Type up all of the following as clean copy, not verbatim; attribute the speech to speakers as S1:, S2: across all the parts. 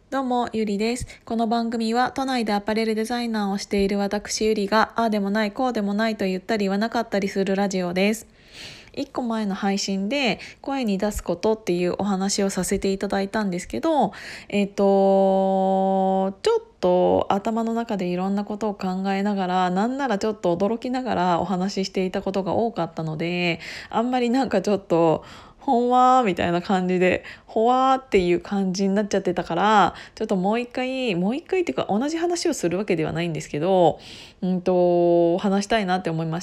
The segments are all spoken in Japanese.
S1: どうも、ゆりです。この番組は都内でアパレルデザイナーをしている私ゆりが、ああでもない、こうでもないと言ったり言わなかったりするラジオです。1個前の配信で声に出すことっていうお話をさせていただいたんですけど、ちょっと頭の中でいろんなことを考えながら、なんならちょっと驚きながらお話ししていたことが多かったので、あんまりちょっとほんわーみたいな感じでほわーっていう感じになっちゃってたから、ちょっともう一回っていうか同じ話をするわけではないんですけど、話したいなって思いました。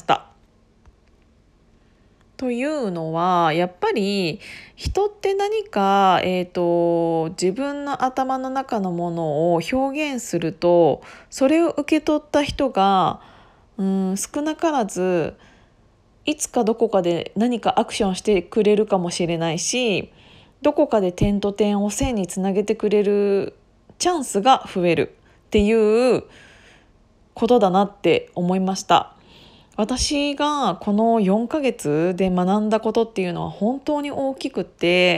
S1: というのはやっぱり人って何か、自分の頭の中のものを表現すると、それを受け取った人が少なからずいつかどこかで何かアクションしてくれるかもしれないし、どこかで点と点を線につなげてくれるチャンスが増えるっていうことだなって思いました。私がこの4ヶ月で学んだことっていうのは本当に大きくって、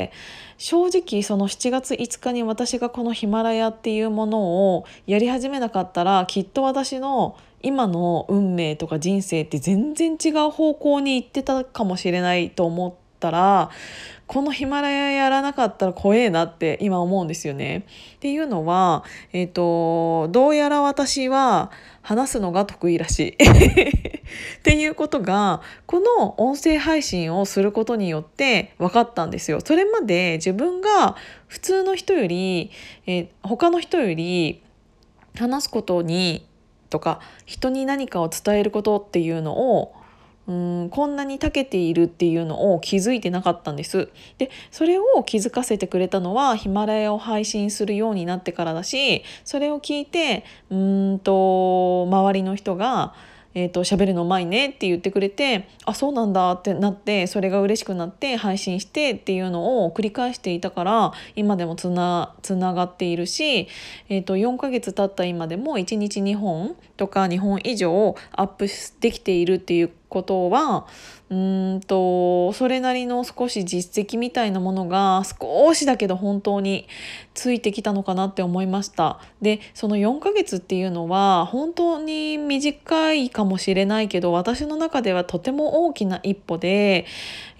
S1: 正直その7月5日に私がこのヒマラヤっていうものをやり始めなかったら、きっと私の今の運命とか人生って全然違う方向に行ってたかもしれないと思ったら、このヒマラヤやらなかったら怖えなって今思うんですよね。っていうのは、どうやら私は話すのが得意らしいっていうことがこの音声配信をすることによって分かったんですよ。それまで自分が普通の人より、他の人より話すことにとか人に何かを伝えることっていうのをこんなに長けているっていうのを気づいてなかったんです。で、それを気づかせてくれたのはヒマラヤを配信するようになってからだし、それを聞いて周りの人が喋るのうまいねって言ってくれて、あ、そうなんだってなって、それが嬉しくなって配信してっていうのを繰り返していたから、今でもつながっているし、4ヶ月経った今でも1日2本とか2本以上アップできているっていうことは、それなりの少し実績みたいなものが少しだけど本当についてきたのかなって思いました。で、その4ヶ月っていうのは本当に短いかもしれないけど、私の中ではとても大きな一歩で、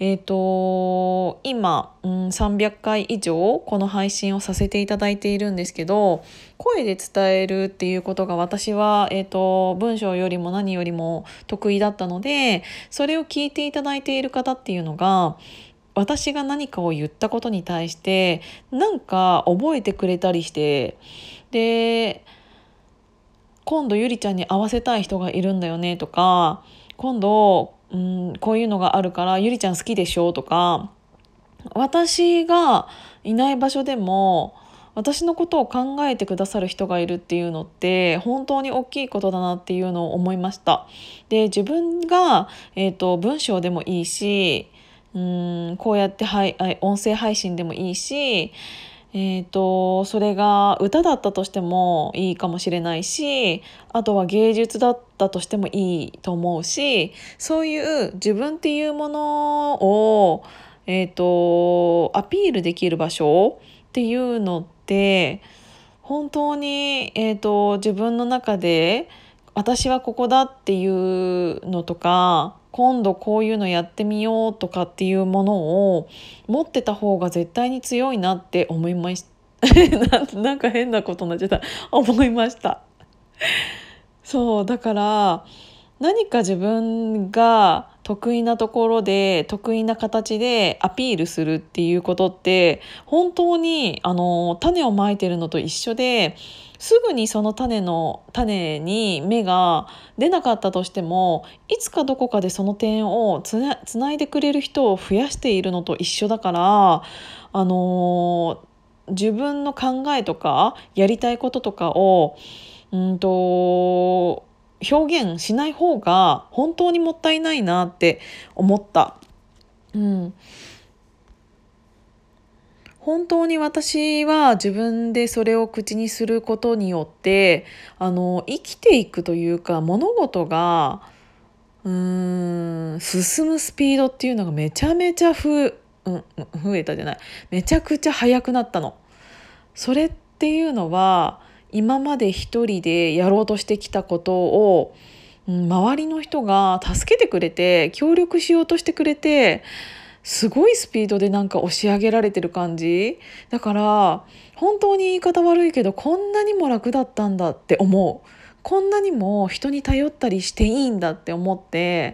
S1: 今、300回以上この配信をさせていただいているんですけど、声で伝えるっていうことが私は、文章よりも何よりも得意だったので、それを聞いていただいている方っていうのが、私が何かを言ったことに対してなんか覚えてくれたりして、で、今度ゆりちゃんに会わせたい人がいるんだよねとか、今度こういうのがあるからゆりちゃん好きでしょとか、私がいない場所でも私のことを考えてくださる人がいるっていうのって本当に大きいことだなっていうのを思いました。で、自分が、文章でもいいし、こうやって、音声配信でもいいし、それが歌だったとしてもいいかもしれないし、あとは芸術だったとしてもいいと思うし、そういう自分っていうものを、アピールできる場所っていうのって本当に、自分の中で私はここだっていうのとか、今度こういうのやってみようとかっていうものを持ってた方が絶対に強いなって思いましたなんか変なことになっちゃった思いました。そうだから、何か自分が得意なところで得意な形でアピールするっていうことって本当に種をまいてるのと一緒で、すぐにその種に芽が出なかったとしても、いつかどこかでその点をつないでくれる人を増やしているのと一緒だから、あの自分の考えとかやりたいこととかを表現しない方が本当にもったいないなって思った。うん、本当に私は自分でそれを口にすることによって生きていくというか、物事が進むスピードっていうのがめちゃめちゃ増えたじゃない、めちゃくちゃ速くなったの。それっっていうのは今まで一人でやろうとしてきたことを、周りの人が助けてくれて協力しようとしてくれて、すごいスピードでなんか押し上げられてる感じだから、本当に言い方悪いけどこんなにも楽だったんだって思う。こんなにも人に頼ったりしていいんだって思って、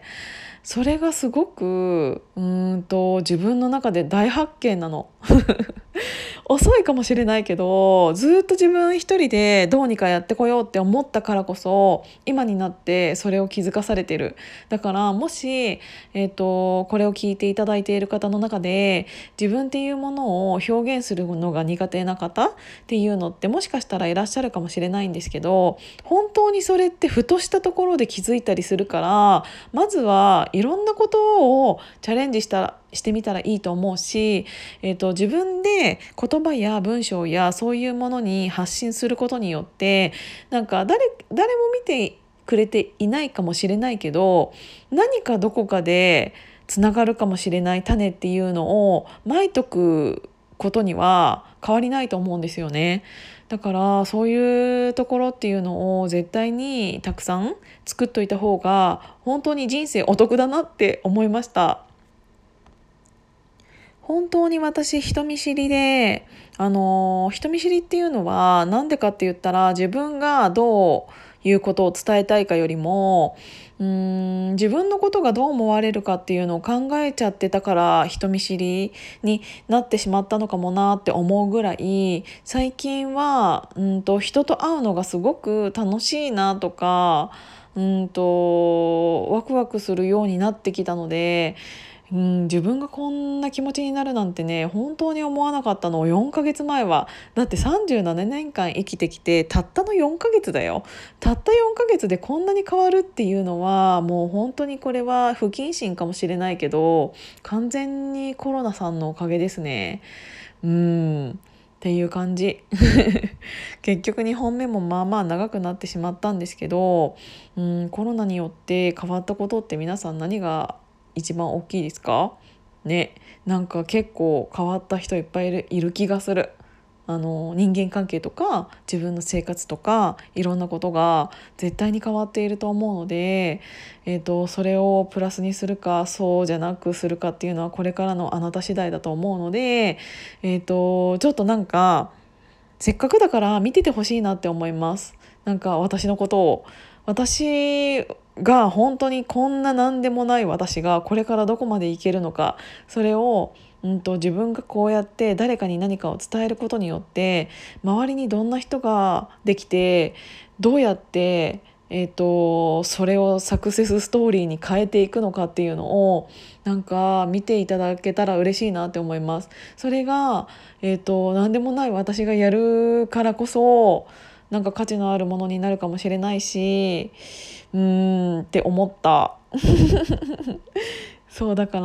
S1: それがすごく自分の中で大発見なの。遅いかもしれないけど、ずっと自分一人でどうにかやってこようって思ったからこそ今になってそれを気づかされてる。だからもし、これを聞いていただいている方の中で自分っていうものを表現するのが苦手な方っていうのってもしかしたらいらっしゃるかもしれないんですけど、本当にそれってふとしたところで気づいたりするから、まずはいろんなことをチャレンジしてみたらいいと思うし、自分で言葉や文章やそういうものに発信することによって、なんか誰も見てくれていないかもしれないけど、何かどこかでつながるかもしれない種っていうのをまいとくことには変わりないと思うんですよね。だからそういうところっていうのを絶対にたくさん作っといた方が本当に人生お得だなって思いました。本当に私人見知りで、人見知りっていうのはなんでかって言ったら、自分がどういうことを伝えたいかよりも、自分のことがどう思われるかっていうのを考えちゃってたから人見知りになってしまったのかもなって思うぐらい、最近は人と会うのがすごく楽しいなとか、ワクワクするようになってきたので、自分がこんな気持ちになるなんてね、本当に思わなかったの。4ヶ月前はだって37年間生きてきてたったの4ヶ月だよ。たった4ヶ月でこんなに変わるっていうのは、もう本当にこれは不謹慎かもしれないけど、完全にコロナさんのおかげですね。っていう感じ。結局2本目もまあまあ長くなってしまったんですけど、コロナによって変わったことって皆さん何が一番大きいですかね。なんか結構変わった人いっぱいいる気がする。人間関係とか自分の生活とかいろんなことが絶対に変わっていると思うので、それをプラスにするかそうじゃなくするかっていうのはこれからのあなた次第だと思うので、ちょっとなんかせっかくだから見ててほしいなって思います。なんか私のことを、私が本当にこんな何でもない私がこれからどこまでいけるのか、それを自分がこうやって誰かに何かを伝えることによって周りにどんな人ができて、どうやってそれをサクセスストーリーに変えていくのかっていうのをなんか見ていただけたら嬉しいなって思います。それが、何でもない私がやるからこそなんか価値のあるものになるかもしれないし、って思った。そうだから、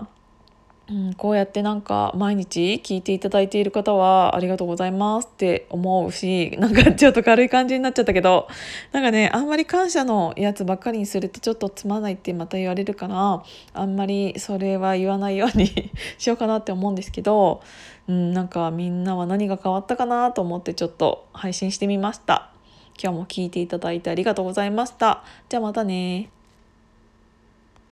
S1: こうやってなんか毎日聞いていただいている方はありがとうございますって思うし、なんかちょっと軽い感じになっちゃったけど、なんかね、あんまり感謝のやつばっかりにするとちょっとつまらないってまた言われるから、あんまりそれは言わないようにしようかなって思うんですけど、なんかみんなは何が変わったかなと思ってちょっと配信してみました。今日も聞いていただいてありがとうございました。じゃあまたね。